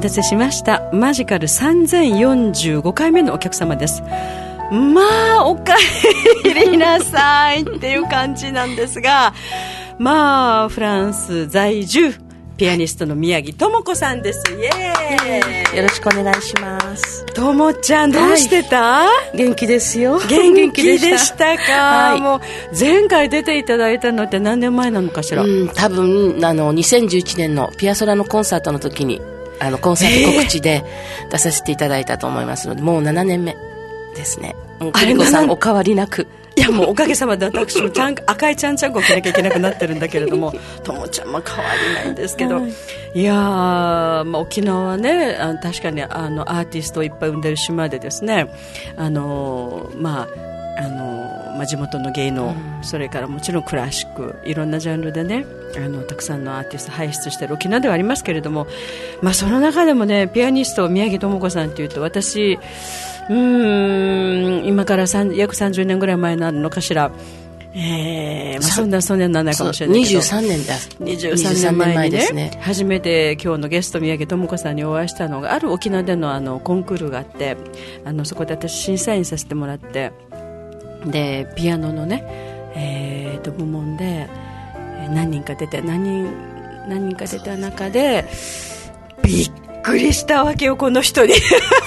たせしました。マジカル3045回目のお客様です。まあおかえりなさいっていう感じなんですが、まあフランス在住ピアニストの宮城智子さんです。イエーイ。 よろしくお願いします。 ともちゃんどうしてた？ 元気ですよ。 元気でしたか？ はい、 もう前回出ていただいたのって何年前なのかしら？ 多分2011年のピアソラのコンサートの時にコンサート告知で出させていただいたと思いますので、もう7年目ですね。もうクリコさんお変わりなく。 いやもうおかげさまで私も赤いちゃんちゃんこを着なきゃいけなくなってるんだけれども、ともちゃんも変わりないんですけど、いやまあ、沖縄はね確かにアーティストをいっぱい生んでる島でですね、地元の芸能、それからもちろんクラシック、いろんなジャンルでねたくさんのアーティスト輩出している沖縄ではありますけれども、まあ、その中でもねピアニスト宮城智子さんというと、私今から約30年ぐらい前なのかしら、そんなにならないかもしれないけど、23年前にですね、 初めて今日のゲスト宮城智子さんにお会いしたのが、ある沖縄でのコンクールがあって、そこで私審査員させてもらって、でピアノのね、部門で何人か出た中でびっくりしたわけよ、この人に。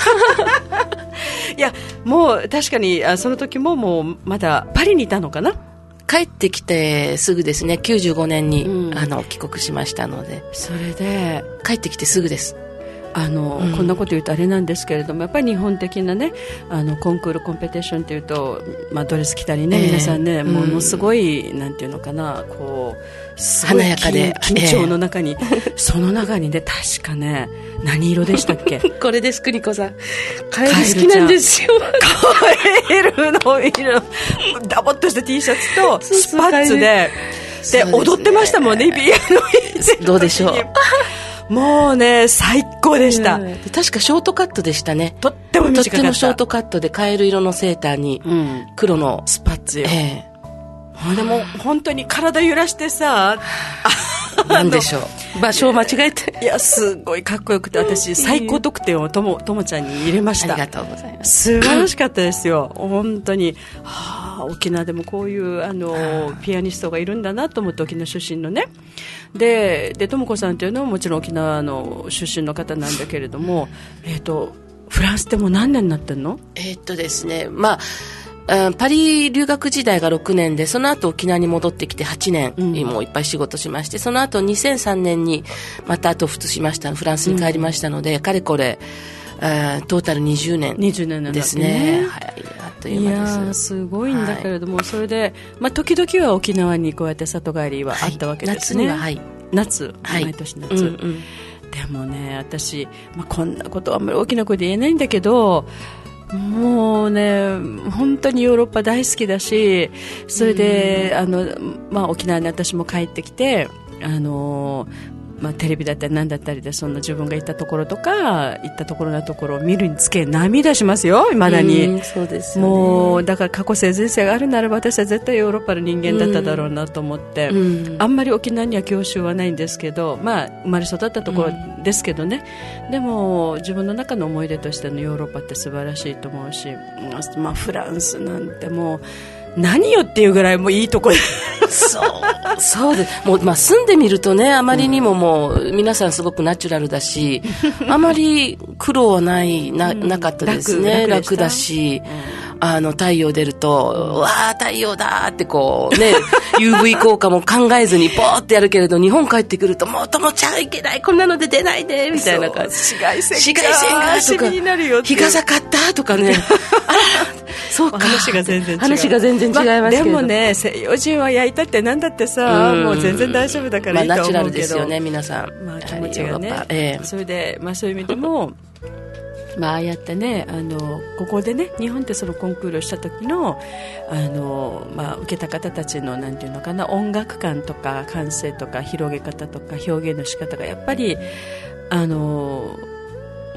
いやもう確かにその時ももうまだパリにいたのかな。 帰ってきてすぐですね、95年に、帰国しましたので、 それで帰ってきてすぐです。 こんなこと言うとあれなんですけれども、やっぱり日本的なねコンクールコンペティションというと、ドレス着たりね、皆さんね、ものすごいなんていうのかな、こう華やかで緊張の中に、その中にね、確かね、何色でしたっけ？ これです、邦子さん。カエル好きなんですよ。 カエルの色、ダボっとした T シャツとスパッツで踊ってましたもんね、ピアノ。 どうでしょう。 もうね最高でした。 確かショートカットでしたね。 とっても短かった。 とってもショートカットで、カエル色のセーターに黒のスパッツよ。でも本当に体揺らしてさ、 なんでしょう、場所を間違えて、 いやすごいかっこよくて、私最高得点をともちゃんに入れました。 ありがとうございます。 素晴らしかったですよ、本当に。沖縄でもこういうピアニストがいるんだなと思って、沖縄出身のね。で智子さんというのはもちろん沖縄の出身の方なんだけれども、フランスでも何年になってんの？ ですね、パリ留学時代が6年で、その後沖縄に戻ってきて8年、もういっぱい仕事しまして、その後2003年にまた渡仏しました。フランスに帰りましたので、かれこれトータル20年ですね。はい、あっという間です。 いやすごいんだけれども、それで、時々は沖縄にこうやって里帰りはあったわけですね。 夏には、 夏、毎年夏。でもね、私、こんなことはあんまり大きな声で言えないんだけど、もうね本当にヨーロッパ大好きだし、それで沖縄に私も帰ってきて、テレビだったり何だったりで、その自分が行ったところとか行ったところのところを見るにつけ涙しますよ、未だに。 そうですよね。 もうだから過去性前世があるならば、私は絶対ヨーロッパの人間だっただろうなと思って、あんまり沖縄には郷愁はないんですけど、生まれ育ったところですけどね、でも自分の中の思い出としてのヨーロッパって素晴らしいと思うし、フランスなんてもう何よっていうぐらいもういいとこでそうです。もう住んでみるとね、あまりにももう皆さんすごくナチュラルだし、あまり苦労はなかったですね。楽だし、太陽出るとわー太陽だーってこうねUV 効果も考えずにポーってやるけれど、日本帰ってくるともうともちゃんいけない、こんなので出ないでみたいな感じ。 紫外線がとか、日傘買ったとかね。そうか、 話が全然違う。 話が全然違いますけど、 でもね、西洋人は焼いたってなんだってさ、もう全然大丈夫だからいいと思うけど、 ナチュラルですよね、皆さん。 気持ちがね、それで、そういう意味でもああやってね、ここでね、日本ってそのコンクールをした時の受けた方たちのなんていうのかな、音楽感とか感性とか広げ方とか表現の仕方がやっぱり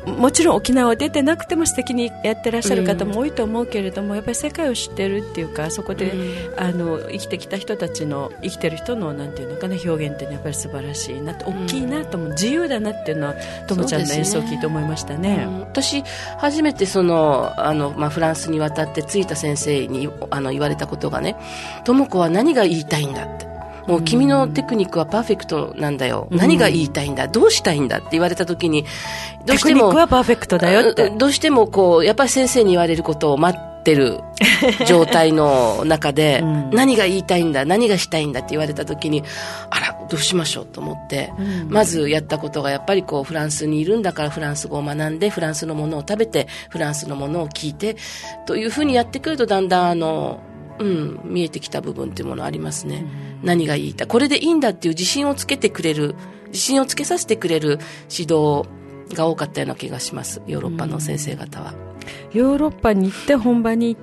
もちろん沖縄出てなくても素敵にやってらっしゃる方も多いと思うけれども、やっぱり世界を知ってるっていうか、そこで、生きてきた人たちの生きてる人のなんていうのかな、表現ってやっぱり素晴らしいなと、大きいなと思う、自由だなっていうのはともちゃんの演奏を聞いて思いましたね。 私初めてフランスに渡って着いた先生に言われたことがね、とも子は何が言いたいんだって、もう君のテクニックはパーフェクトなんだよ、何が言いたいんだ、どうしたいんだって言われた時に、どうしてもテクニックはパーフェクトだよって、 どうしてもやっぱり先生に言われることを待ってる状態の中で、何が言いたいんだ、何がしたいんだって言われた時に、あらどうしましょうと思って、まずやったことがやっぱりフランスにいるんだからフランス語を学んで、フランスのものを食べて、フランスのものを聞いてというふうにやってくると、だんだん見えてきた部分っていうものありますね。何が言いたい、これでいいんだっていう自信をつけてくれる、自信をつけさせてくれる指導が多かったような気がします、ヨーロッパの先生方は。 ヨーロッパに行って本場に行って、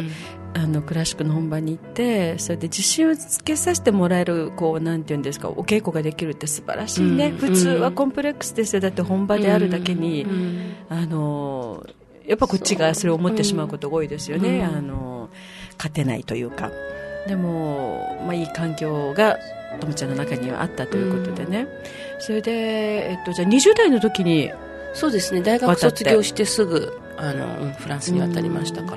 クラシックの本場に行って、それで自信をつけさせてもらえるなんていうんですか、お稽古ができるって素晴らしいね、普通はコンプレックスですよ。だって本場であるだけに、やっぱこっちがそれを思ってしまうことが多いですよね、勝てないというか。でも、いい環境がともちゃんの中にはあったということでね、それで、じゃあ20代の時に、 そうですね、大学卒業してすぐフランスに渡りましたから。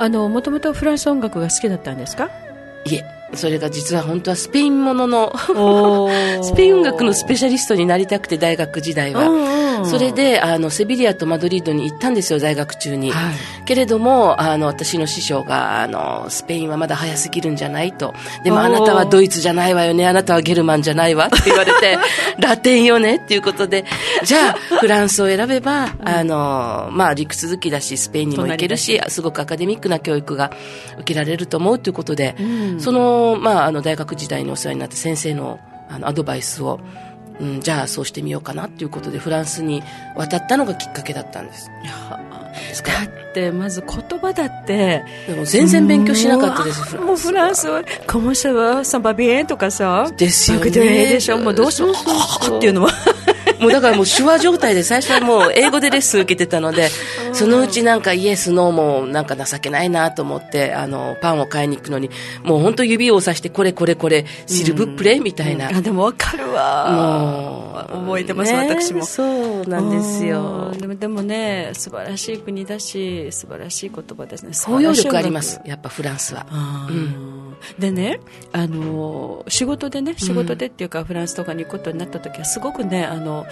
もともとフランス音楽が好きだったんですか？ いえ、それが実は本当はスペインもののスペイン音楽のスペシャリストになりたくて、大学時代はそれでセビリアとマドリードに行ったんですよ、在学中に、けれども私の師匠がスペインはまだ早すぎるんじゃないと、でもあなたはドイツじゃないわよね、あなたはゲルマンじゃないわって言われてラテンよねっていうことで、じゃあフランスを選べば陸続きだしスペインにも行けるし、すごくアカデミックな教育が受けられると思うということで、その大学時代にお世話になった先生のアドバイスを、じゃあそうしてみようかなということでフランスに渡ったのがきっかけだったんです。 だってまず言葉だってでも全然勉強しなかったです。 もうフランスはコモシャはサンバビエンとかさですよね。 でしょ、もうどうしようっていうのはもうだからもう手話状態で、最初はもう英語でレッスン受けてたのでそのうちなんかイエスノーもなんか情けないなと思ってパンを買いに行くのにもう本当指をさしてこれシルブプレみたいな、 でも分かるわ、覚えてます、私もそうなんですよ。 でもね、素晴らしい国だし素晴らしい言葉ですね。 包容力あります、やっぱフランスは。 でね、仕事でっていうかフランスとかに行くことになった時はすごくね、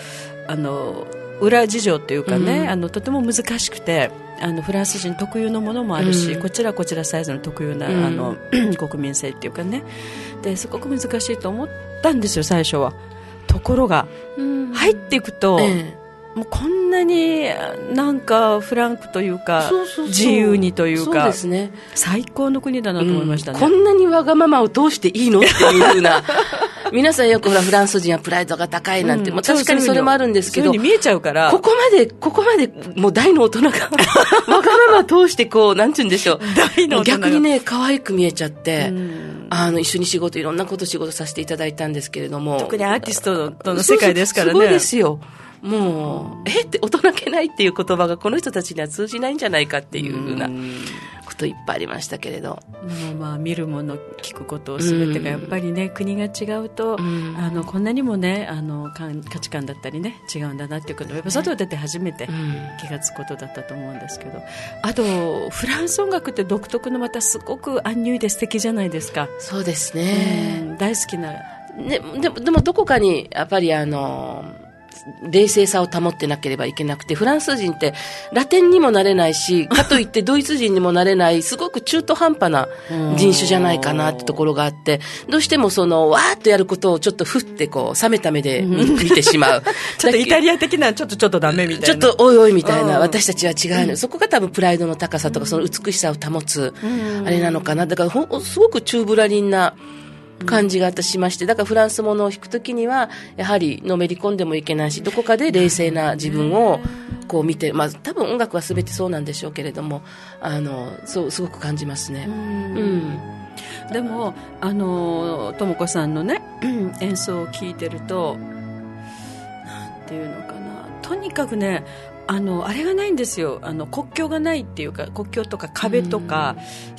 裏事情っていうかね、とても難しくて、フランス人特有のものもあるし、こちらサイズの特有な、国民性っていうかね、ですごく難しいと思ったんですよ最初は。ところが、入っていくと、もうこんなになんかフランクというか自由にというか、 そうですね、 最高の国だなと思いましたね。 こんなにわがままを通していいのっていう風な皆さんよくフランス人はプライドが高いなんて、確かにそれもあるんですけど、 そういう風に見えちゃうから、 ここまでもう大の大人がわがまま通してなんて言うんでしょう、逆にね可愛く見えちゃって、一緒にいろんな仕事させていただいたんですけれども、 特にアーティストとの世界ですからね。 すごいですよ。もうって大人げないっていう言葉がこの人たちには通じないんじゃないかっていうふうなこといっぱいありましたけれど、 見るもの聞くこと全てがやっぱりね、国が違うと、こんなにもね価値観だったりね違うんだなっていうことをやっぱ外出て初めて気がつくことだったと思うんですけど、あとフランス音楽って独特のまたすごくアンニュイで素敵じゃないですか。 そうですね、 大好きな、 でもどこかにやっぱり冷静さを保ってなければいけなくて、フランス人ってラテンにもなれないし、かといってドイツ人にもなれない、すごく中途半端な人種じゃないかなってところがあって、どうしてもわーっとやることをちょっとふって冷めた目で見てしまうちょっとイタリア的なちょっとダメみたいな、 ちょっとおいおいみたいな、私たちは違うの、そこが多分プライドの高さとかその美しさを保つあれなのかな。だからすごく中ぶらりんな感じが私しまして、だからフランスものを弾くときにはやはりのめり込んでもいけないし、どこかで冷静な自分を見て、多分音楽は全てそうなんでしょうけれども、そうすごく感じますね。 でもともこさんのね演奏を聴いてると、なんていうのかな、とにかくねあれがないんですよ。国境がないっていうか、国境とか壁とか、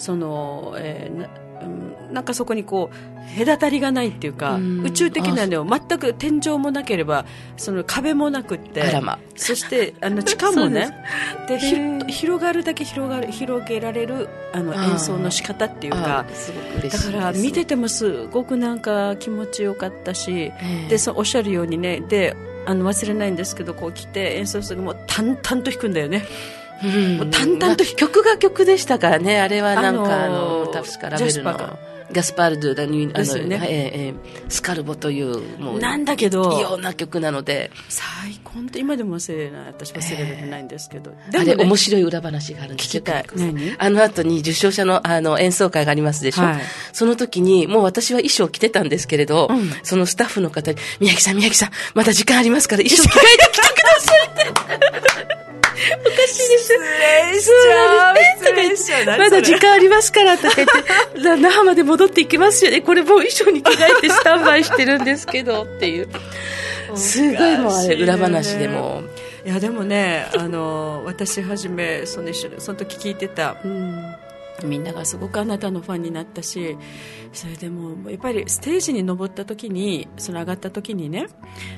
なんかそこにこう隔たりがないっていうか、宇宙的なの全く天井もなければその壁もなくって、そして地下もねで広がるだけ広げられる演奏の仕方っていうか、 すごく嬉しいです。 だから見ててもすごくなんか気持ちよかったし、でおっしゃるようにね、で忘れないんですけど、こう来て演奏するもう淡々と弾くんだよね。もう淡々と曲が曲でしたからね。あれはなんか確かラベルのガスパールド・ダニュー、ね、スカルボというもうなんだけど異様な曲なので最高。今でも忘れない、私忘れられないんですけど、 でもね、あれ面白い裏話があるんですよ。 聞きたい。 後に受賞者の演奏会がありますでしょ、はい、その時にもう私は衣装着てたんですけれど、そのスタッフの方に宮城さんまだ時間ありますから衣装着替えてきてくださいっておかしいです失礼しちゃうまだ時間ありますからとか言って那覇まで戻っていきますよね、これもう衣装に着替えてスタンバイしてるんですけどっていうすごいもうあれ裏話でも、 いやでもね私はじめその時聞いてた、みんながすごくあなたのファンになったし、それでもやっぱりステージに登った時に上がった時にね、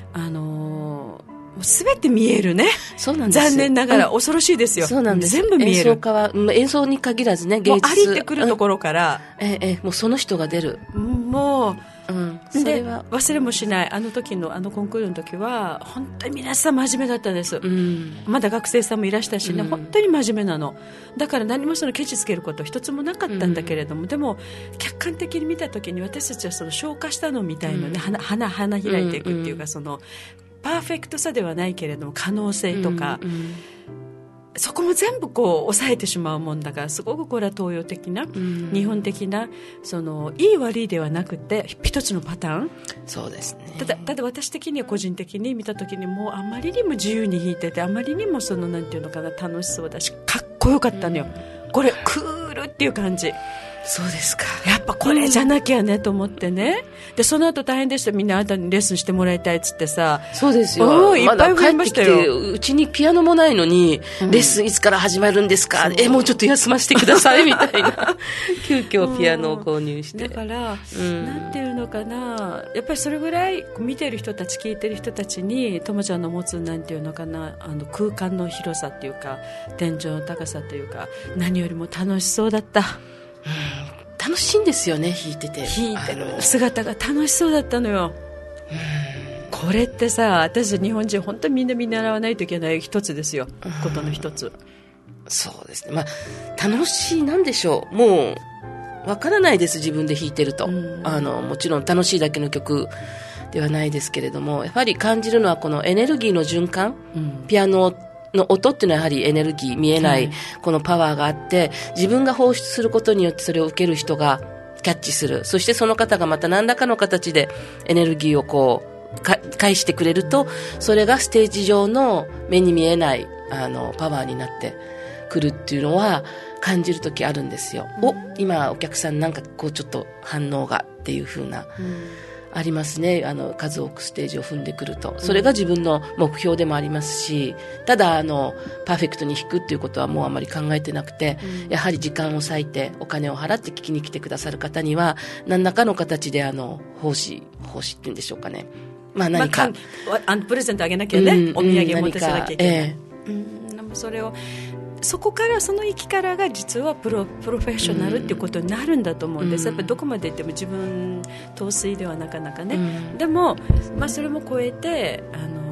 全て見えるね。 そうなんです。 残念ながら、恐ろしいですよ。 そうなんです。 全部見える。 演奏家は演奏に限らずね、芸術。 もう歩いてくるところから、 もうその人が出る。 もう、で忘れもしない。時のコンクールの時は本当に皆さん真面目だったんです。まだ学生さんもいらしたしね、本当に真面目なの。だから何もケチつけること一つもなかったんだけれども、でも客観的に見た時に私たちは消化したのみたいなね、花開いていくっていうか、パーフェクトさではないけれども可能性とか、そこも全部抑えてしまうもんだから、すごくこれは東洋的な、日本的ないい悪いではなくて一つのパターン。 そうですね。 ただ私的には個人的に見た時にもうあまりにも自由に弾いてて、あまりにもなんていうのかな、楽しそうだしかっこよかったのよ、これクールっていう感じ。 そうですか。 やっぱこれじゃなきゃねと思ってね。でその後大変でした。みんなあなたにレッスンしてもらいたいっつってさ。 そうですよ。 いっぱい増えましたよ。 まだ帰ってきてうちにピアノもないのに、レッスンいつから始まるんですか、もうちょっと休ませてくださいみたいな急遽ピアノを購入して、 だから、なんていうのかな、やっぱりそれぐらい見てる人たち聞いてる人たちにともちゃんの持つなんていうのかな、空間の広さっていうか天井の高さというか、何よりも楽しそうだった。 楽しいんですよね、弾いてる姿が楽しそうだったのよ。これってさ、私日本人本当にみんな見習わないといけない一つですよ、ことの一つ。 そうですね、楽しいなんでしょう、もうわからないです、自分で弾いてると、もちろん楽しいだけの曲ではないですけれども、やはり感じるのはこのエネルギーの循環、ピアノの音っていうのはやはりエネルギー、見えないこのパワーがあって、自分が放出することによってそれを受ける人がキャッチする、そしてその方がまた何らかの形でエネルギーを返してくれると、それがステージ上の目に見えないパワーになってくるっていうのは感じるときあるんですよ。今お客さんなんかちょっと反応がっていう風な、ありますね。数多くステージを踏んでくると、それが自分の目標でもありますし、ただパーフェクトに弾くっていうことはもうあまり考えてなくて、やはり時間を割いてお金を払って聞きに来てくださる方には何らかの形で奉仕っていうんでしょうかね、何か、 プレゼントあげなきゃね、お土産持ってせなきゃいけない、それをそこからその域からが実はプロフェッショナルっていうことになるんだと思うんです、やっぱりどこまでいっても自分陶酔ではなかなかね、でも、それも超えて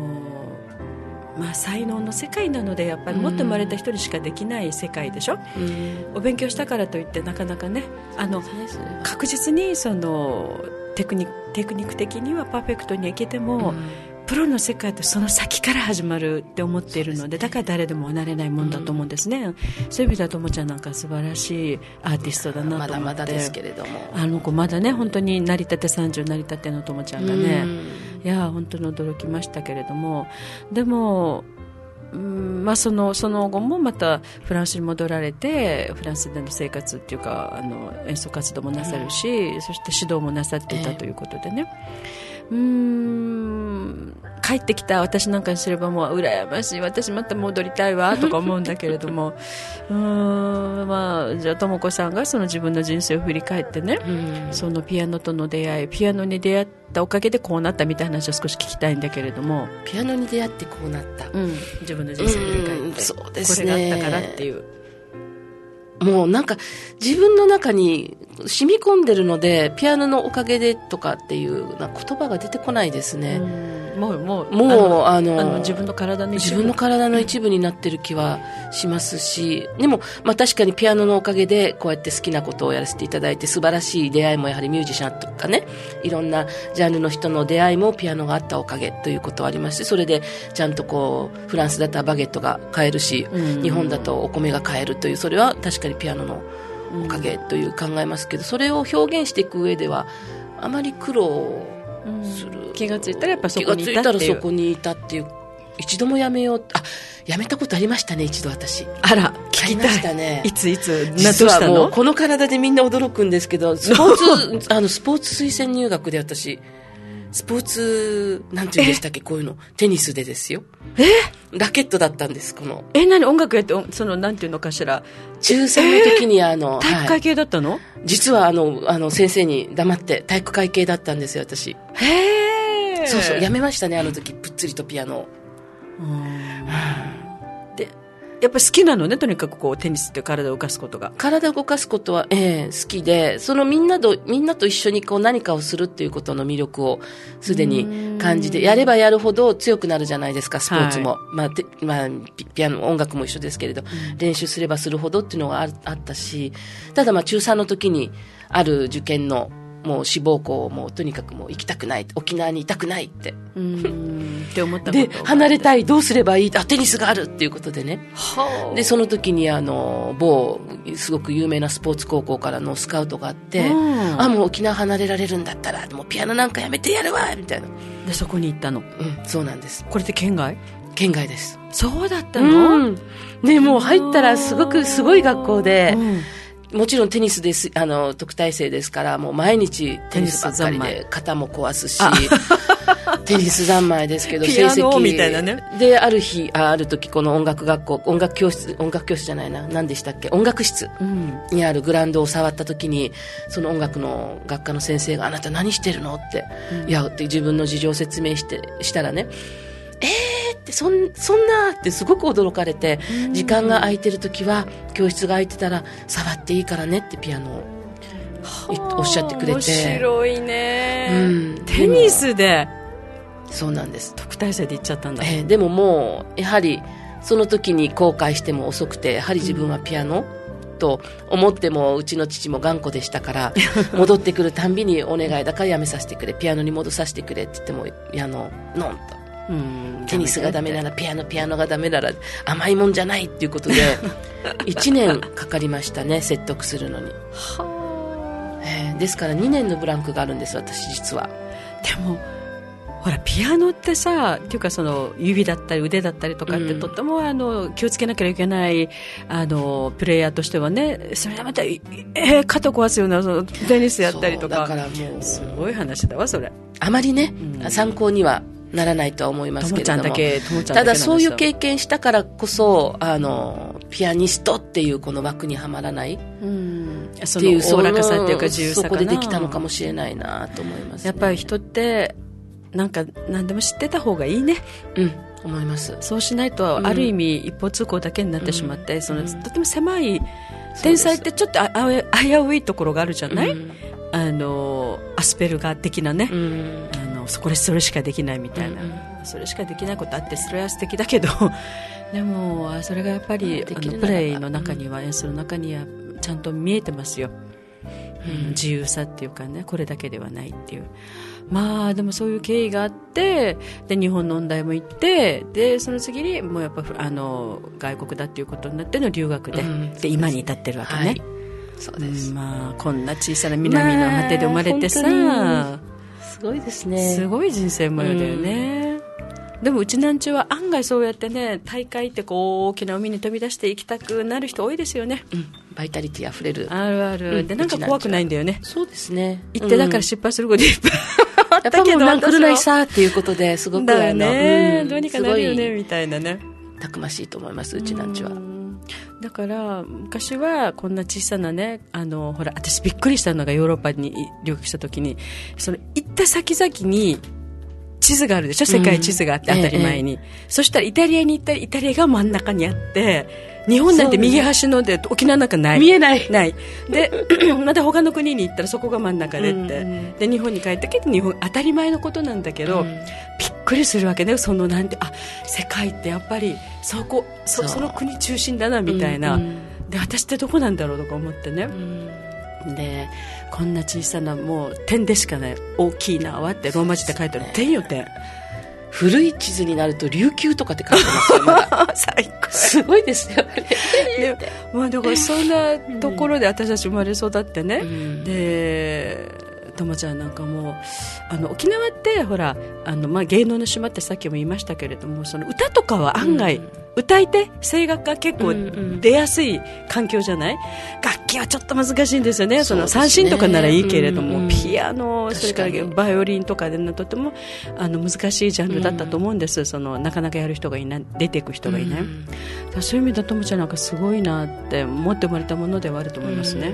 才能の世界なので、やっぱりもっと生まれた人にしかできない世界でしょ、お勉強したからといってなかなかね、確実にテクニック的にはパーフェクトにいけても、プロの世界ってその先から始まるって思っているので、だから誰でもなれないもんだと思うんですね、そういう意味ではともちゃんなんか素晴らしいアーティストだなと思って、 まだですけれども、 子まだね、本当に成り立て30成り立てのともちゃんがね、いや本当に驚きましたけれども、でもその後もまたフランスに戻られて、フランスでの生活っていうか演奏活動もなさるし、そして指導もなさっていたということでね、 帰ってきた私なんかにすればもう羨ましい、私また戻りたいわとか思うんだけれどもまあ、じゃあ智子さんがその自分の人生を振り返ってね、そのピアノとの出会い、ピアノに出会ったおかげでこうなったみたいな話を少し聞きたいんだけれども。 ピアノに出会ってこうなった、 自分の人生を振り返って、 そうですね、 これがあったからっていう、 もうなんか自分の中に染み込んでるので、ピアノのおかげでとかっていう言葉が出てこないですね。 もう自分の体の一部になってる気はしますし、でも、まあ確かにピアノのおかげでこうやって好きなことをやらせていただいて、素晴らしい出会いもやはりミュージシャンとかね、いろんなジャンルの人の出会いもピアノがあったおかげということはありまして、それでちゃんとこうフランスだったらバゲットが買えるし、日本だとお米が買えるという、それは確かにピアノのおかげという考えますけど、それを表現していく上ではあまり苦労する、 気がついたらやっぱそこにいたっていう、 気がついたらそこにいたっていう、一度もやめよう、やめたことありましたね、一度私。 あら、聞きたい。 ありましたね。 いつ実はもうこの体でみんな驚くんですけど、スポーツ推薦入学で私、スポーツ、なんて言うんでしたっけ、こういうの。テニスでですよ。ラケットだったんです、この。 何音楽やって、なんていうのかしら。 中3の時に体育会系だったの？ 実は先生に黙って体育会系だったんですよ、私。そうそう、やめましたね、あの時、ぷっつりとピアノを。 で、やっぱ好きなのね、とにかくこう、テニスって体を動かすことが。 体を動かすことは、好きで、そのみんなと一緒にこう何かをするっていうことの魅力をすでに感じて、やればやるほど強くなるじゃないですか、スポーツも。ピアノ、音楽も一緒ですけれど、練習すればするほどっていうのがあったし、ただ中3の時にある受験のもう志望校をもうとにかくもう行きたくない、沖縄にいたくないってって思ったことで、離れたい、どうすればいい、テニスがあるっていうことでね。でその時に某すごく有名なスポーツ高校からのスカウトがあって、もう沖縄離れられるんだったらもうピアノなんかやめてやるわみたいな。 でそこに行ったの？ そうなんです。 これって県外です。 そうだったの？ でもう入ったらすごい学校で、もちろんテニスです、特待生ですから、もう毎日テニスばっかりで、肩も壊すし、テニス三昧ですけど、 ピアノみたいなね。 で、ある時、この音楽教室じゃないな、何でしたっけ、音楽室にあるグラウンドを触った時に、その音楽の学科の先生が、あなた何してるのって、いや、って自分の事情を説明したらね、ってそんなってすごく驚かれて、時間が空いてる時は教室が空いてたら触っていいからねってピアノをおっしゃってくれて。面白いね、テニスで。 そうなんです。 特待生で行っちゃったんだ。 でももうやはりその時に後悔しても遅くて、やはり自分はピアノと思っても、うちの父も頑固でしたから戻ってくるたんびにお願いだからやめさせてくれ、ピアノに戻させてくれって言ってもノンと、テニスがダメならピアノがダメなら甘いもんじゃないっていうことで1年かかりましたね、説得するのに。ですから2年のブランクがあるんです、私実は。 でもほらピアノってさ、っていうかその指だったり腕だったりとかって、とっても気をつけなきゃいけないプレイヤーとしてはね、それでまた肩壊すようなそのテニスやったりとか、 だからもうすごい話だわそれ。 あまりね、参考にはならないとは思いますけれども、ただそういう経験したからこそピアニストっていうこの枠にはまらないっていう、おおらかさっていうか自由さかな、そこでできたのかもしれないなと思います、ね、 やっぱり人ってなんか何でも知ってた方がいいね。 思います。 そうしないと、ある意味一方通行だけになってしまって、とても狭い天才ってちょっと危ういところがあるじゃない、アスペルガー的なね、それしかできないみたいな、それしかできないことあって、それは素敵だけどでもそれがやっぱりプレイの中には、演奏の中にはちゃんと見えてますよ、自由さっていうかね、これだけではないっていう。まあでもそういう経緯があって、で日本の音大も行って、でその次にもうやっぱ外国だっていうことになっての留学で、で今に至ってるわけね、 そうです。 まあこんな小さな南の果てで生まれてさ、 すごいですね。 すごい人生模様だよね、でもうちなんちは案外そうやってね、大会ってこう大きな海に飛び出して行きたくなる人多いですよね、 バイタリティあふれる。 あるある、でなんか怖くないんだよね。 そうですね。 行ってだから失敗することいっぱいったけど、 もうなんくるないさっていうことで、すごくだよね、どうにかなるよねみたいなね。 たくましいと思います、うちなんちは。 だから昔はこんな小さなね、ほら私びっくりしたのがヨーロッパに留学した時に、その行った先々に地図があるでしょ、世界地図があって、当たり前に、そしたらイタリアに行ったらイタリアが真ん中にあって、日本なんて右端ので沖縄なんかない、 見えないでまた他の国に行ったらそこが真ん中でって、で日本に帰ったけど日本当たり前のことなんだけど、びっくりするわけね、そのなんて、世界ってやっぱりその国中心だなみたいな、で私ってどこなんだろうとか思ってね、でこんな小さなもう点でしかない大きいなはってローマ字で書いてある、点よ点。 古い地図になると琉球とかって書いてますよ、まだ。 最高。 すごいですよね。 で、だからそんなところで私たち生まれ育ってね、でともちゃんなんかも沖縄ってほら芸能の島ってさっきも言いましたけれども、その歌とかは案外、歌い手声楽が結構出やすい環境じゃない、楽器はちょっと難しいんですよね。その三振とかならいいけれども、ピアノ、それからバイオリンとかでとても難しいジャンルだったと思うんです。そのなかなかやる人がいない、出ていく人がいない、そういう意味でともちゃんなんかすごいなって思って生まれたものではあると思いますね。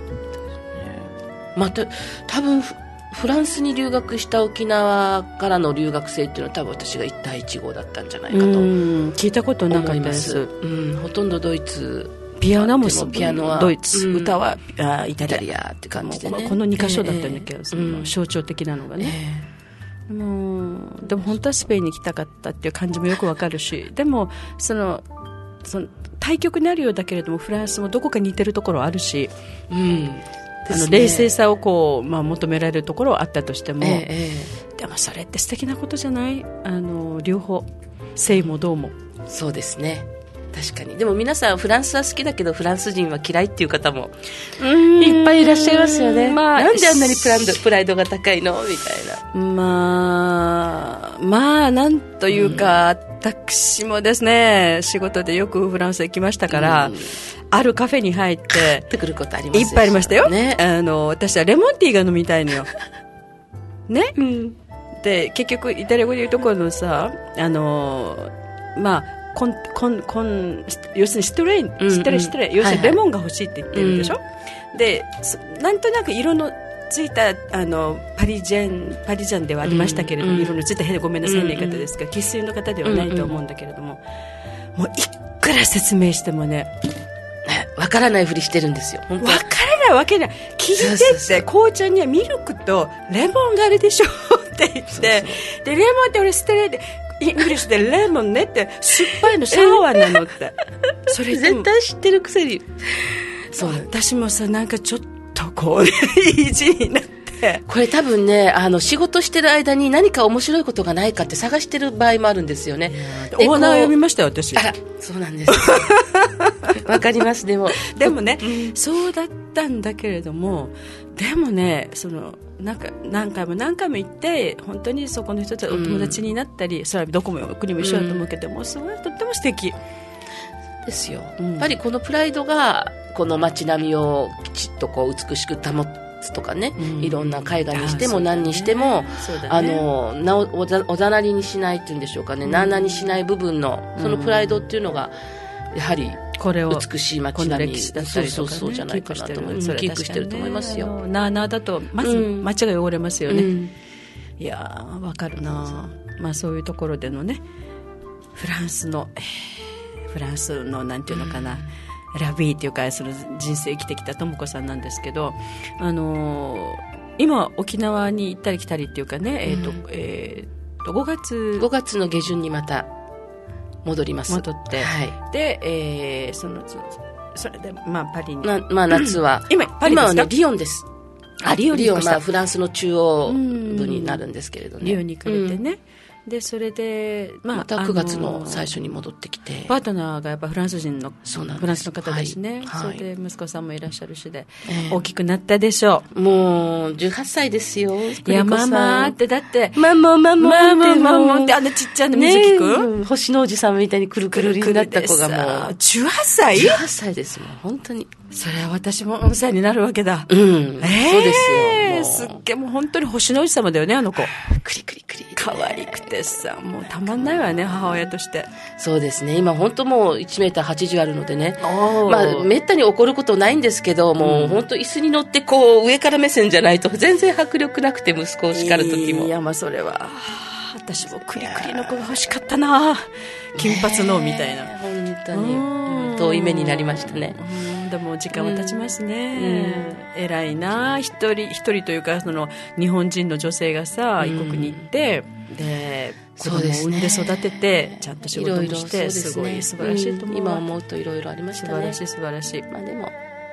多分フランスに留学した沖縄からの留学生っていうのは多分私が一対一号だったんじゃないかと聞いたことなかったです。 ほとんどドイツ、 ピアノはドイツ、歌はイタリアって感じでね、 この2カ所だったんだけど、象徴的なのがね、でも本当はスペインに行きたかったっていう感じもよくわかるし、でもその対極にあるようだけれどもフランスもどこか似てるところあるし、冷静さを求められるところはあったとしても、でもそれって素敵なことじゃない？両方、性もどうも。 そうですね、確かに。でも皆さんフランスは好きだけどフランス人は嫌いっていう方もいっぱいいらっしゃいますよね。なんであんなにプライドが高いのみたいな。なんというか、私もですね、仕事でよくフランス行きましたから、あるカフェに入ってくることあります。 いっぱいありましたよ、 ね、 私はレモンティーが飲みたいのよね、で結局イタリア語で言うところのさ、要するにストレイ、要するにレモンが欲しいって言ってるでしょ、でなんとなく色のついたパリジャンではありましたけれども、色のついたごめんなさいの言い方ですが、生粋の方ではないと思うんだけれども、もういくら説明してもね、 わからないふりしてるんですよ。 わからないわけない。聞いてって、紅茶にはミルクとレモンがあるでしょって言って、でレモンって俺捨てないで、イングリッシュでレモンねって、酸っぱいのサワーなのって。 それ絶対知ってるくせに。 そう、私もさ、なんかちょっとこう意地になって。 これ多分ね、仕事してる間に何か面白いことがないかって探してる場合もあるんですよね。 オーナー読みましたよ、私。 あら、そうなんですわかります。でもね、そうだったんだけれども、でもね、何回も行って本当にそこの人とお友達になったり、それはどこも国も一緒だと思うけども、すごいとっても素敵ですよ。やっぱりこのプライドがこの街並みをきちっとこう美しく保つとかね、いろんな絵画にしても何にしても、おざなりにしないっていうんでしょうかね、なあなにしない部分のそのプライドっていうのがやはりこれを美しい街並みだったりとか、そうじゃないかなと思います。キープしてると思いますよ。 なあなあだとまず街が汚れますよね。いやー、わかるな。そういうところでのね、フランスのなんていうのかな、ラビーっていうか、その人生生きてきたとも子さんなんですけど、今沖縄に行ったり来たりっていうかね、5月の下旬にまた戻ります。 戻って、で、それでパリに、 夏は今パリですか？ 今はね、リヨンです。リヨン、フランスの中央部になるんですけれどね。 リヨンに行かれてね。でそれで、 また9月の最初に戻ってきて、 パートナーがやっぱフランス人のフランスの方ですね、 はい、 それで息子さんもいらっしゃるしで、大きくなったでしょう。もう18歳ですよ。いやママってだってママってあのちっちゃな水木くん、 星の王子さんみたいにくるくるになった子がもう 18歳 18歳ですもん。本当にそれは私も4歳になるわけだ。 そうですよ。 ね、すっげえもう本当に星の王子様だよね、あの子。 クリクリクリ。 可愛くてさ、もうたまんないわね、母親として。 そうですね。今本当もう1メーター80あるのでね。まあ、めったに起こることないんですけど、もう本当椅子に乗ってこう、上から目線じゃないと全然迫力なくて、息子を叱る時も。 いや、まあそれは。私もクリクリの子が欲しかったな。金髪のみたいな。 本当に遠い目になりましたね。 でも時間は経ちますね。偉いな。一人というか、その日本人の女性がさ、異国に行ってで子供を産んで育てて、ちゃんと仕事もして、すごい素晴らしいと思う。 今思うといろいろありましたね。 素晴らしい。 まあでも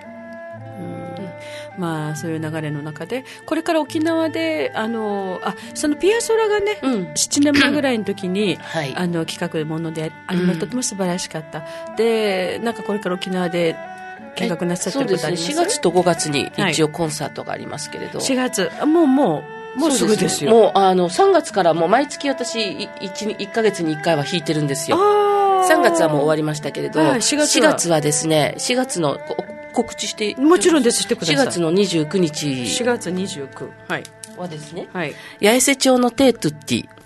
まあ、そういう流れの中でこれから沖縄でそのピアソラがね、7年前ぐらいの時に、企画ものでありました。とても素晴らしかった。で、なんかこれから沖縄で計画なさってることあります？ そうですね、4月と5月に一応コンサートがありますけれど、 4月もうすぐですよ。 もう3月からもう毎月私 1ヶ月に1回は弾いてるんですよ。3月はもう終わりましたけれど、4月はですね、4月の告知してもちろんです、してください。 4月の29日 4月29、 はですね、 八重瀬町のテートゥッティ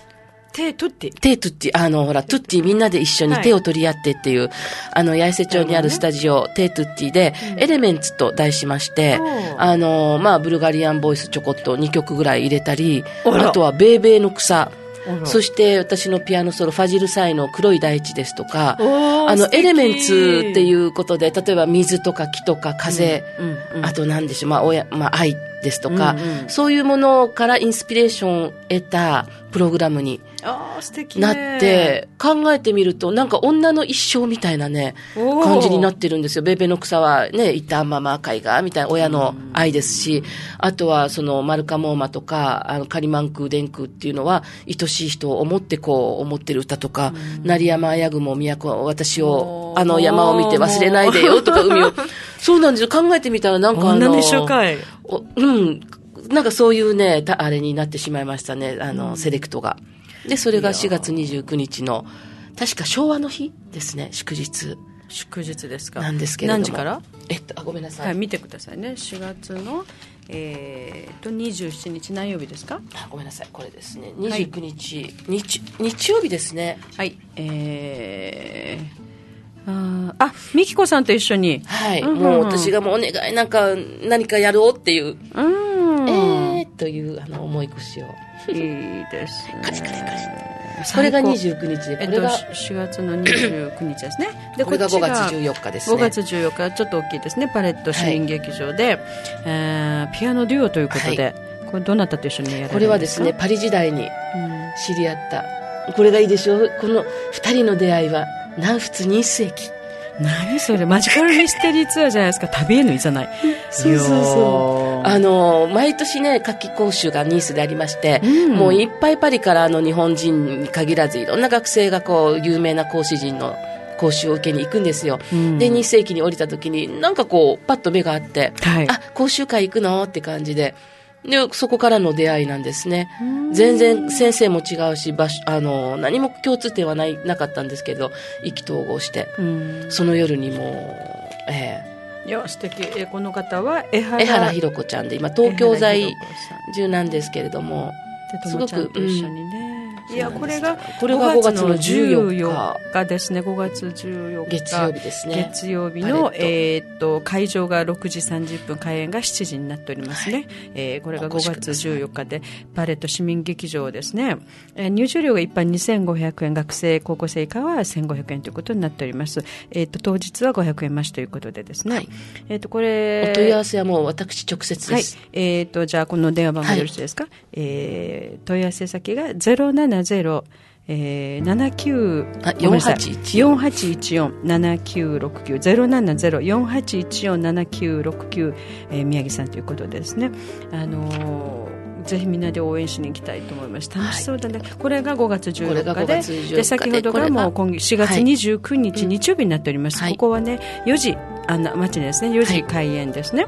ほらトゥッティみんなで一緒に手を取り合ってっていう、八重瀬町にあるスタジオ、テートゥッティで、エレメンツと題しまして、まあブルガリアンボイスちょこっと2曲ぐらい入れたり、あとはベーベーの草、そして私のピアノソロファジルサイの黒い大地ですとか、エレメンツっていうことで、例えば水とか木とか風、あと何でしょう、愛ですとか、そういうものからインスピレーションを得たプログラムになって、考えてみるとなんか女の一生みたいなね感じになってるんですよ。ベーベーの草はね、いたまま赤いがみたいな親の愛ですし、あとはそのマルカモーマとかカリマンクーデンクーっていうのは愛しい人を思ってこう思ってる歌とか、成山綾雲都私を山を見て忘れないでよとか海をそうなんですよ。考えてみたらなんか女の一生かい。 なんかそういうねあれになってしまいましたね、セレクトが。でそれが4月29日の確か昭和の日ですね、祝日ですか。 なんですけれども、 何時から？ ごめんなさい、 見てくださいね。4月の27日何曜日ですか？ ごめんなさい、これですね、29日、日曜日ですね。 みきこさんと一緒に、 もう私がもうお願い何かやろうっていうという思い越しをいいですね。 カチカチカチ。これが29日で、これが 4月の29日ですね。 でこれが5月14日ですね。 5月14日、ちょっと大きいですね。パレット市民劇場で、ピアノデュオということで、これどなたと一緒にやられるんですか？ これはですね、パリ時代に知り合った、これがいいでしょう。この2人の出会いは南仏ニース駅。 何それ、マジカルミステリーツアーじゃないですか。旅へのいざない。 そう毎年ね夏季講習がニースでありまして、もういっぱいパリから日本人に限らずいろんな学生がこう有名な講師陣の講習を受けに行くんですよ。でニース駅に降りた時になんかこうパッと目があって、講習会行くのって感じで、そこからの出会いなんですね。全然先生も違うし何も共通点はなかったんですけど、意気投合して、その夜にもいや素敵。この方は江原ひろ子ちゃんで、今東京在住なんですけれども、 すごく一緒にね、いやこれが 5月の14 日ですね。5月14日月曜日ですね。 月曜日の会場が6時30分、開演が7時になっておりますね。これが5月14日でパレット市民劇場ですね。入場料が一般2500円、学生高校生以下は1500円ということになっております。当日は500円増しということでですね、これお問い合わせはもう私直接です。 じゃあこの電話番号よろしいですか？問い合わせ先が070-49 4814-7969 070-4814-7969、宮城さんということでですね、ぜひみんなで応援しに行きたいと思います。楽しそうだね。これが5月14日で、先ほどがもう4月29日、日曜日になっております。ここはね4時マチネですね、4時開演ですね。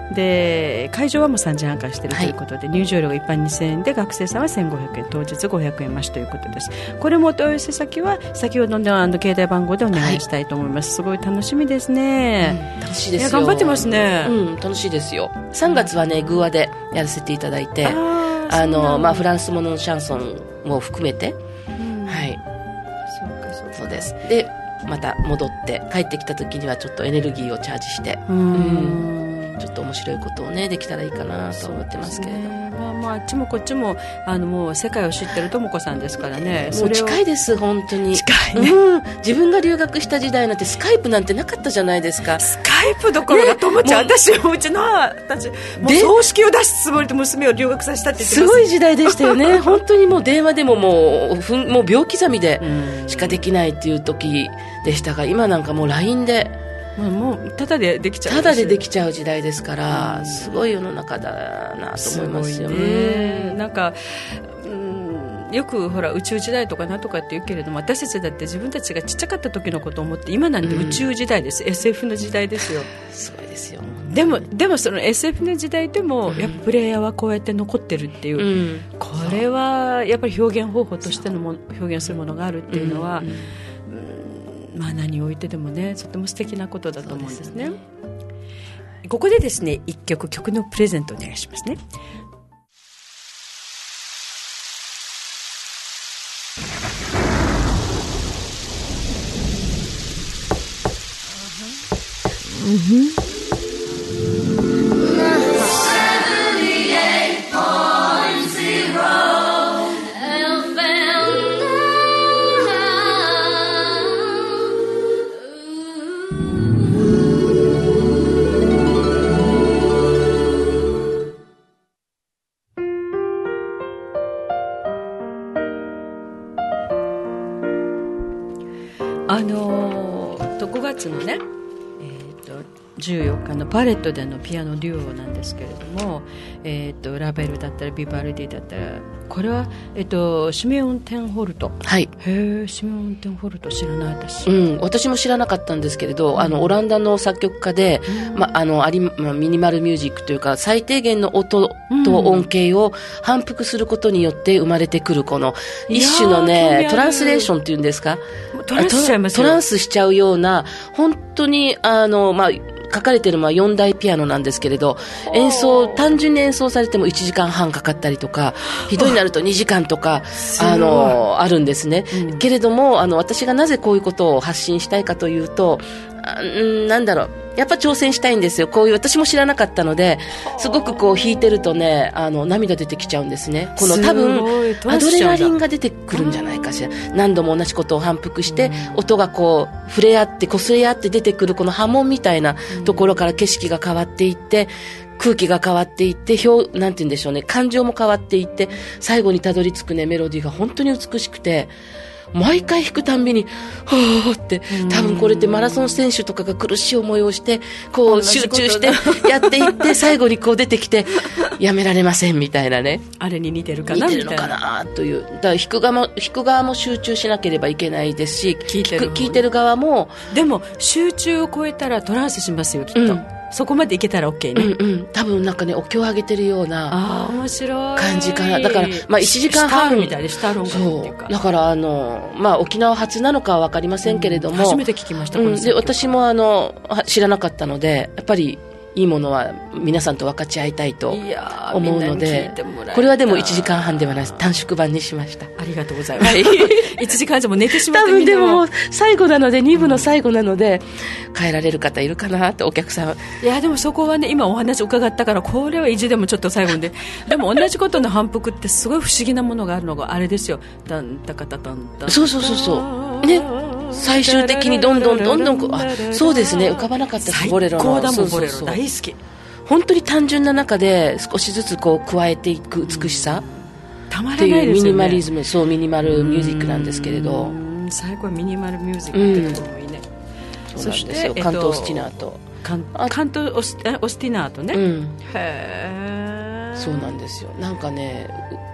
で会場はもう3時半からしているということで、入場料が一般2000円で学生さんは1500円当日500円増しということです。これもお問い合わせ先は先ほどの携帯番号でお願いしたいと思います。すごい楽しみですね。 楽しいですよ。 頑張ってますね。 楽しいですよ。3月はねグアでやらせていただいて、フランスもののシャンソンも含めて、はい、そうです。でまた戻って帰ってきた時にはちょっとエネルギーをチャージして、ちょっと面白いことをねできたらいいかなと思ってますけれど、 あっちもこっちももう世界を知ってるともこさんですからね。 もう近いです本当に。 近いね、 自分が留学した時代なんてスカイプなんてなかったじゃないですか。 スカイプどころかともちゃん、私うちのたちもう葬式を出すつもりで娘を留学させたって言ってます。 すごい時代でしたよね本当にもう電話でももう秒刻みでしかできないっていう時でしたが、今なんかもう LINE でもうタダでできちゃう、 タダでできちゃう時代ですから、すごい世の中だなと思いますよね。 なんかよくほら宇宙時代とかなんとかって言うけれども、私たちだって自分たちがちっちゃかった時のことを思って、今なんて宇宙時代です、SF の時代ですよ。 すごいですよ。 でもその SF の時代でもやっぱプレイヤーはこうやって残ってるっていう、これはやっぱり表現方法としての表現するものがあるっていうのは、何を置いてでもねとても素敵なことだと思うんですね。ここでですね一曲のプレゼントお願いしますね。5月のね、14日のパレットでのピアノデュオなんですけれども、ラベルだったらビバルディだったら、これは、シメオン・テンホルト。 はい。 シメオン・テンホルト知らない私。 私も知らなかったんですけれど、オランダの作曲家で、ミニマルミュージックというか最低限の音と音形を反復することによって生まれてくるこの一種のねトランスレーションっていうんですか、 トランスしちゃいますよ。 トランスしちゃうような本当に書かれているのは4台ピアノなんですけれど、単純に演奏されても1時間半かかったりとか、ひどいになると2時間とかあるんですね、けれども私がなぜこういうことを発信したいかというと、やっぱ挑戦したいんですよ。こういう私も知らなかったので、すごくこう弾いてるとね涙出てきちゃうんですね。この多分アドレナリンが出てくるんじゃないかしら。何度も同じことを反復して音がこう触れ合って擦れ合って出てくるこの波紋みたいなところから景色が変わっていって空気が変わっていってなんて言うんでしょうね、感情も変わっていって最後にたどり着くねメロディーが本当に美しくて、毎回弾くたんびにほーって、多分これってマラソン選手とかが苦しい思いをしてこう集中してやっていって最後にこう出てきてやめられませんみたいなね、 あれに似てるかなみたいな、 似てるのかなという。だから弾く側も集中しなければいけないですし、聞いてる側も。 でも集中を超えたらトランスしますよきっと、そこまでいけたら OK ね。 多分なんかねお経を上げてるような面白い感じかな。だから1時間半シタールみたいでシタール音楽っていうか、 だから沖縄発なのかは分かりませんけれども、 初めて聞きました、 で私も知らなかったので、やっぱりいいものは皆さんと分かち合いたいと思うので、これはでも1時間半ではない短縮版にしました。 ありがとうございます、1時間じゃもう寝てしまって、 多分でも最後なので2部の最後なので、帰られる方いるかなってお客さん。 いやでもそこはね今お話伺ったからこれは意地でもちょっと最後ででも同じことの反復ってすごい不思議なものがあるのがあれですよ。タンタカタタンタン、 そうね、最終的にどんどんそうですね、浮かばなかったですボレロの。 最高だもんボレロ大好き。 本当に単純な中で少しずつこう加えていく美しさっていうミニマリズム、ミニマルミュージックなんですけれど、 最高はミニマルミュージックってところもいいね。 そしてカント・オスティナート、 カント・オスティナートね、へー、 そうなんですよ。なんかね、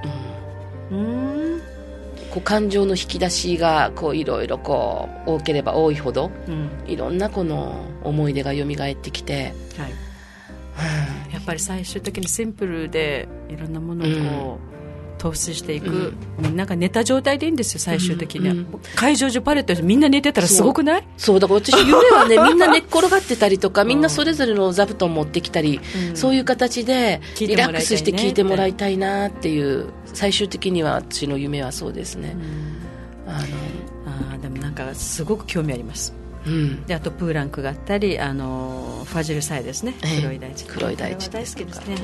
こう感情の引き出しがこういろいろこう多ければ多いほど、いろんなこの思い出が蘇ってきて、 やっぱり最終的にシンプルでいろんなものをこう投資していく、みんなが寝た状態でいいんですよ最終的には、会場中パレットでみんな寝てたらすごくない？ そうだから私夢はねみんな寝っ転がってたりとかみんなそれぞれの座布団持ってきたり、そういう形でリラックスして聞いてもらいたいなっていう最終的には私の夢はそうですね。 でもなんかすごく興味あります。であとプーランクがあったりファジルサイですね、黒い大地大好きですね。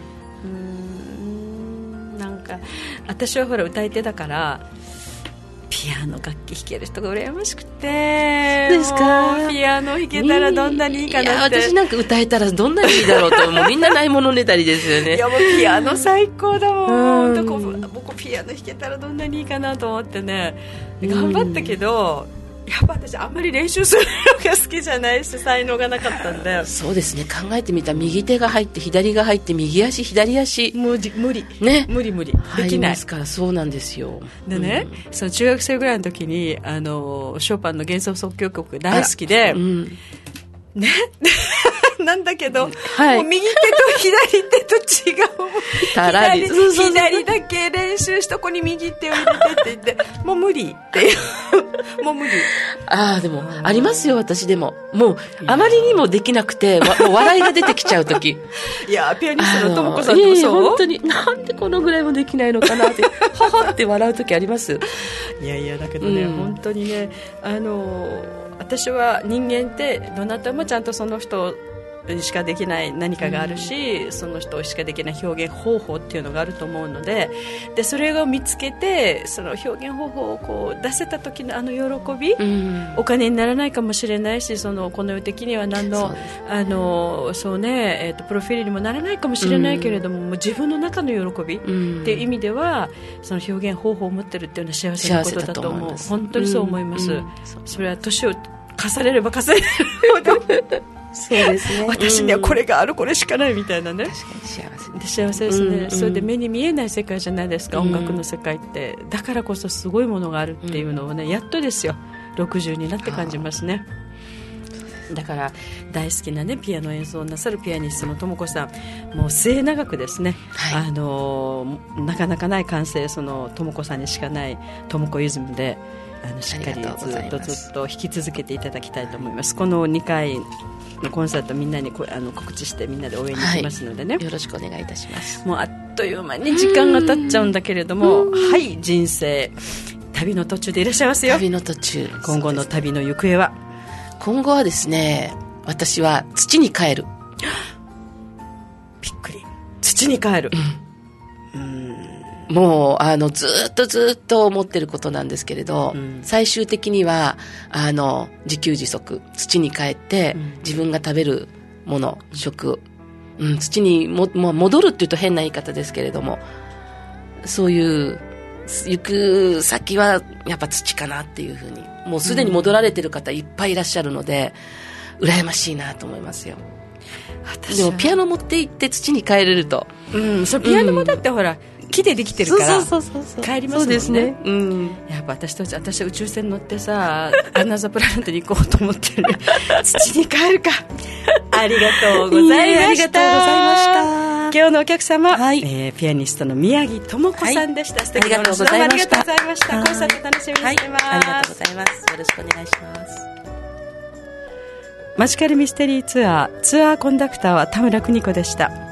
なんか私はほら歌い手だからピアノ楽器弾ける人が羨ましくて。 ですか？ ピアノ弾けたらどんなにいいかなって。 いや私なんか歌えたらどんなにいいだろうともうみんなないものねだりですよね。 いやもうピアノ最高だもん。僕ピアノ弾けたらどんなにいいかなと思ってね頑張ったけど、やっぱ私あんまり練習するのが好きじゃないし才能がなかったんで。 そうですね、考えてみたら右手が入って左が入って右足左足無理、ね、無理できない入りますから。そうなんですよ。 でね、その中学生ぐらいの時にショパンの幻想即興曲が大好きで、ねなんだけど、もう右手と左手と違う左だけ練習しとこに右手を入れてって言ってもう無理っていうもう無理。 でもありますよ。私でももうあまりにもできなくてもう笑いが出てきちゃう時いやピアニストのともこさんでもそう？ 本当になんでこのぐらいもできないのかなってははって笑う時あります。 いやだけどね、本当にね私は人間ってどなたもちゃんとその人しかできない何かがあるし、その人しかできない表現方法っていうのがあると思うので、それを見つけてその表現方法をこう出せた時の喜び、お金にならないかもしれないし、この世的には何のそうね、プロフィールにもならないかもしれないけれども、もう自分の中の喜びっていう意味ではその表現方法を持ってるっていうのは幸せなことだと思う。本当にそう思います。それは年を重ねれば重ねるほどそうですね、 私にはこれがある、これしかないみたいなね。 確かに幸せですね、それで目に見えない世界じゃないですか、音楽の世界って。だからこそすごいものがあるっていうのをね、やっとですよ60になって感じますね。だから大好きな、ね、ピアノ演奏をなさるピアニストのともこさん、もう末永くですね、なかなかない感性、そのともこさんにしかないともこイズムでしっかりずっと弾き続けていただきたいと思います。この2回のコンサートみんなに告知してみんなで応援に行きますのでね、 よろしくお願いいたします。 もうあっという間に時間が経っちゃうんだけれども、人生旅の途中でいらっしゃいますよ。 旅の途中、 今後の旅の行方は？ 今後はですね、私は土に帰る。 びっくり、土に帰る、 もうずっと思ってることなんですけれど、最終的には自給自足、土に帰って、自分が食べるもの、食、土に戻るっていうと変な言い方ですけれども、そういう行く先はやっぱ土かなっていうふうに、もうすでに戻られてる方いっぱいいらっしゃるので、羨ましいなと思いますよ。でもピアノ持って行って土に帰れると、 そピアノもだってほら、木でできてるから帰りますもんね。そうですね、やっぱ私は宇宙船乗ってさアナザープラネットに行こうと思ってる土に帰るか。ありがとうございました。今日のお客様、ピアニストの宮城智子さんでした。素敵なお話どうもありがとうございました。コンサート楽しみにしてます。 ありがとうございます。よろしくお願いします。 マジカルミステリーツアーコンダクターは田村邦子でした。